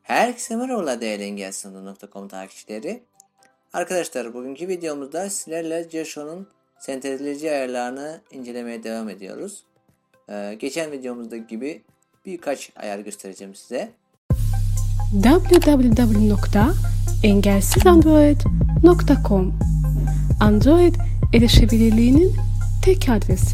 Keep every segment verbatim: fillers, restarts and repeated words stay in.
Herkese merhaba değerli engelsanatı nokta com takipçileri. Arkadaşlar bugünkü videomuzda sizlerle Jesho'nun sentezleyici ayarlarını incelemeye devam ediyoruz. Ee, geçen videomuzdaki gibi birkaç ayar göstereceğim size. double-u double-u double-u nokta engelsizandroid nokta com Android erişebilirliğinin tek adresi.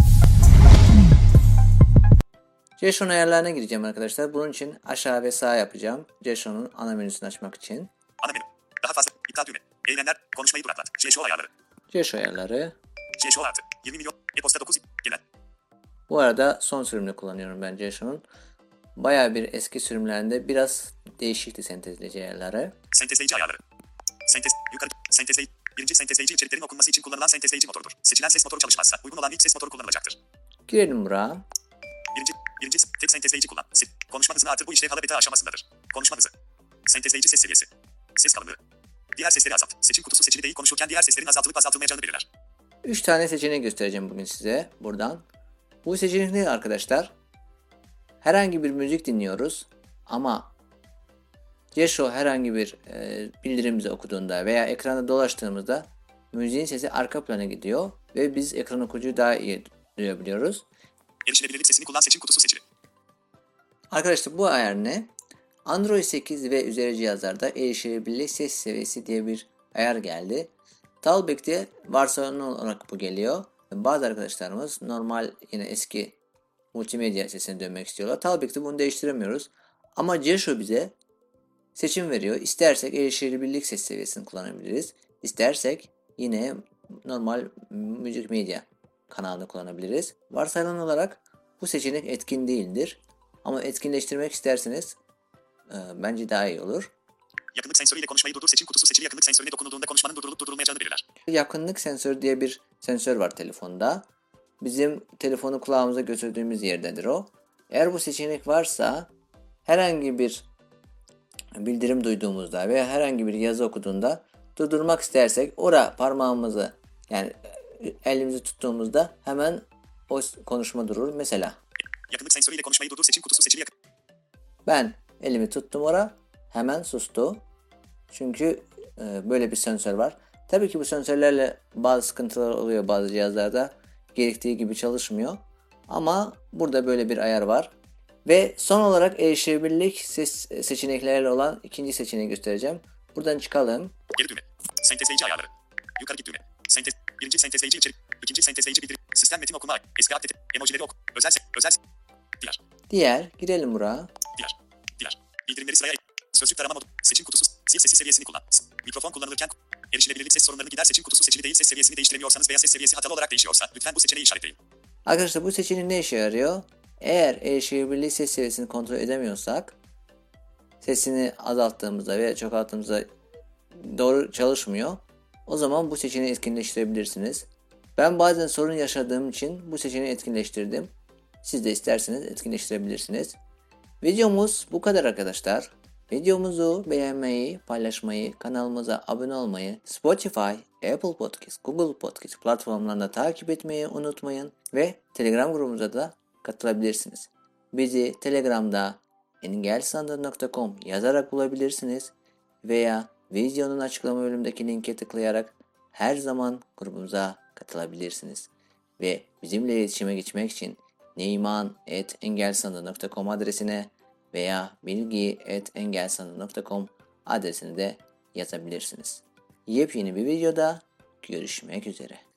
Jesho'nun ayarlarına gireceğim arkadaşlar. Bunun için aşağı ve sağ yapacağım. Jesho'nun ana menüsünü açmak için. Ana menü. Daha fazla. İptal düğme. Eğlenenler. Konuşmayı duraklat. Jesho ayarları. Jesho ayarları. Jesho artı. yirmi milyon. E-posta dokuz. Genel. Bu arada son sürümünü kullanıyorum ben Jesho'nun. Bayağı bir eski sürümlerinde biraz değişikti sentezleyici ayarları. Sentezleyici ayarları. Sentez. Yukarı. Sentezleyici. Birinci sentezleyici içeriklerin okunması için kullanılan sentezleyici motorudur. Seçilen ses motoru çalışmazsa uygun olan ilk ses motoru kullanılacaktır. Girelim buraya. Birinci. Birinci. Tek sentezleyici kullan. Se- Konuşma hızını artır. Bu işlev hala beta aşamasındadır. Konuşma hızı. Sentezleyici ses seviyesi. Ses kalınlığı. Diğer sesleri azalt. Seçim kutusu seçili değil, konuşurken diğer seslerin azaltılıp azaltılmayacağını belirler. üç tane seçenek göstereceğim bugün size buradan. Bu seçenek ne arkadaşlar? Herhangi bir müzik dinliyoruz ama Jesho herhangi bir e, bildirimizi okuduğunda veya ekranda dolaştığımızda müziğin sesi arka plana gidiyor ve biz ekran okuyucuyu daha iyi duyabiliyoruz. Erişilebilirlik sesini kullan, seçim kutusu seçili. Arkadaşlar bu ayar ne? Android sekiz ve üzeri cihazlarda erişilebilirlik ses seviyesi diye bir ayar geldi. Talbek'te varsayılan olarak bu geliyor. Bazı arkadaşlarımız normal yine eski multimedya sesine dönmek istiyorlar. Talbek'te bunu değiştiremiyoruz. Ama Jesho bize seçim veriyor. İstersek erişilebilirlik ses seviyesini kullanabiliriz. İstersek yine normal müzik medya kanalını kullanabiliriz. Varsayılan olarak bu seçenek etkin değildir. Ama etkinleştirmek isterseniz e, bence daha iyi olur. Yakınlık sensörüyle konuşmayı durdur, seçim kutusu seçili. Yakınlık sensörüne dokunulduğunda konuşmanın durdurulup durdurulmayacağını belirler. Yakınlık sensörü diye bir sensör var telefonda. Bizim telefonu kulağımıza götürdüğümüz yerdedir o. Eğer bu seçenek varsa herhangi bir bildirim duyduğumuzda veya herhangi bir yazı okuduğunda durdurmak istersek oraya parmağımızı yani elimizi tuttuğumuzda hemen o konuşma durur. Mesela Yakınlık sensörüyle konuşmayı durdur, seçim kutusu seçili. Yakın. ben elimi tuttum oraya hemen sustu. Çünkü e, böyle bir sensör var. Tabii ki bu sensörlerle bazı sıkıntılar oluyor bazı cihazlarda. Gerektiği gibi çalışmıyor. Ama burada böyle bir ayar var. Ve son olarak erişilebilirlik ses seçenekleriyle olan ikinci seçeneği göstereceğim. Buradan çıkalım. Geri düğme. Sentezleyici ayarları. Yukarı git düğme. Sentez. Birinci sentezleyici içerik. İkinci sentezleyici bildirim. Sistem metin okuma. Eski aktif. Emojileri oku. Özel se- özel se- Diğer. Diğer. Girelim buraya. Diğer. Diğer. Bildirimleri sıraya. Sözcük tarama modu. Seçim kutusu. Zil sesi seviyesini kullan. Mikrofon kullanılırken erişilebilirlik ses sorunlarını gider. Seçim kutusu seçili değil, ses seviyesini değiştiremiyorsanız veya ses seviyesi hatalı olarak değişiyorsa lütfen bu seçeneği işaretleyin. Arkadaşlar bu seçenek ne işe yarıyor? Eğer erişilebilirlik ses seviyesini kontrol edemiyorsak sesini azalttığımızda veya çoğalttığımızda doğru çalışmıyor. O zaman bu seçeneği etkinleştirebilirsiniz. Ben bazen sorun yaşadığım için bu seçeneği etkinleştirdim. Siz de isterseniz etkinleştirebilirsiniz. Videomuz bu kadar arkadaşlar. Videomuzu beğenmeyi, paylaşmayı, kanalımıza abone olmayı, Spotify, Apple Podcast, Google Podcast platformlarında takip etmeyi unutmayın ve Telegram grubumuza da katılabilirsiniz. Bizi Telegram'da engelsanatı nokta com yazarak bulabilirsiniz veya videonun açıklama bölümündeki linke tıklayarak her zaman grubumuza katılabilirsiniz. Ve bizimle iletişime geçmek için neyman at engelsanatı nokta com adresine veya bilgi at engelsanatı nokta com adresine de yazabilirsiniz. Yepyeni bir videoda görüşmek üzere.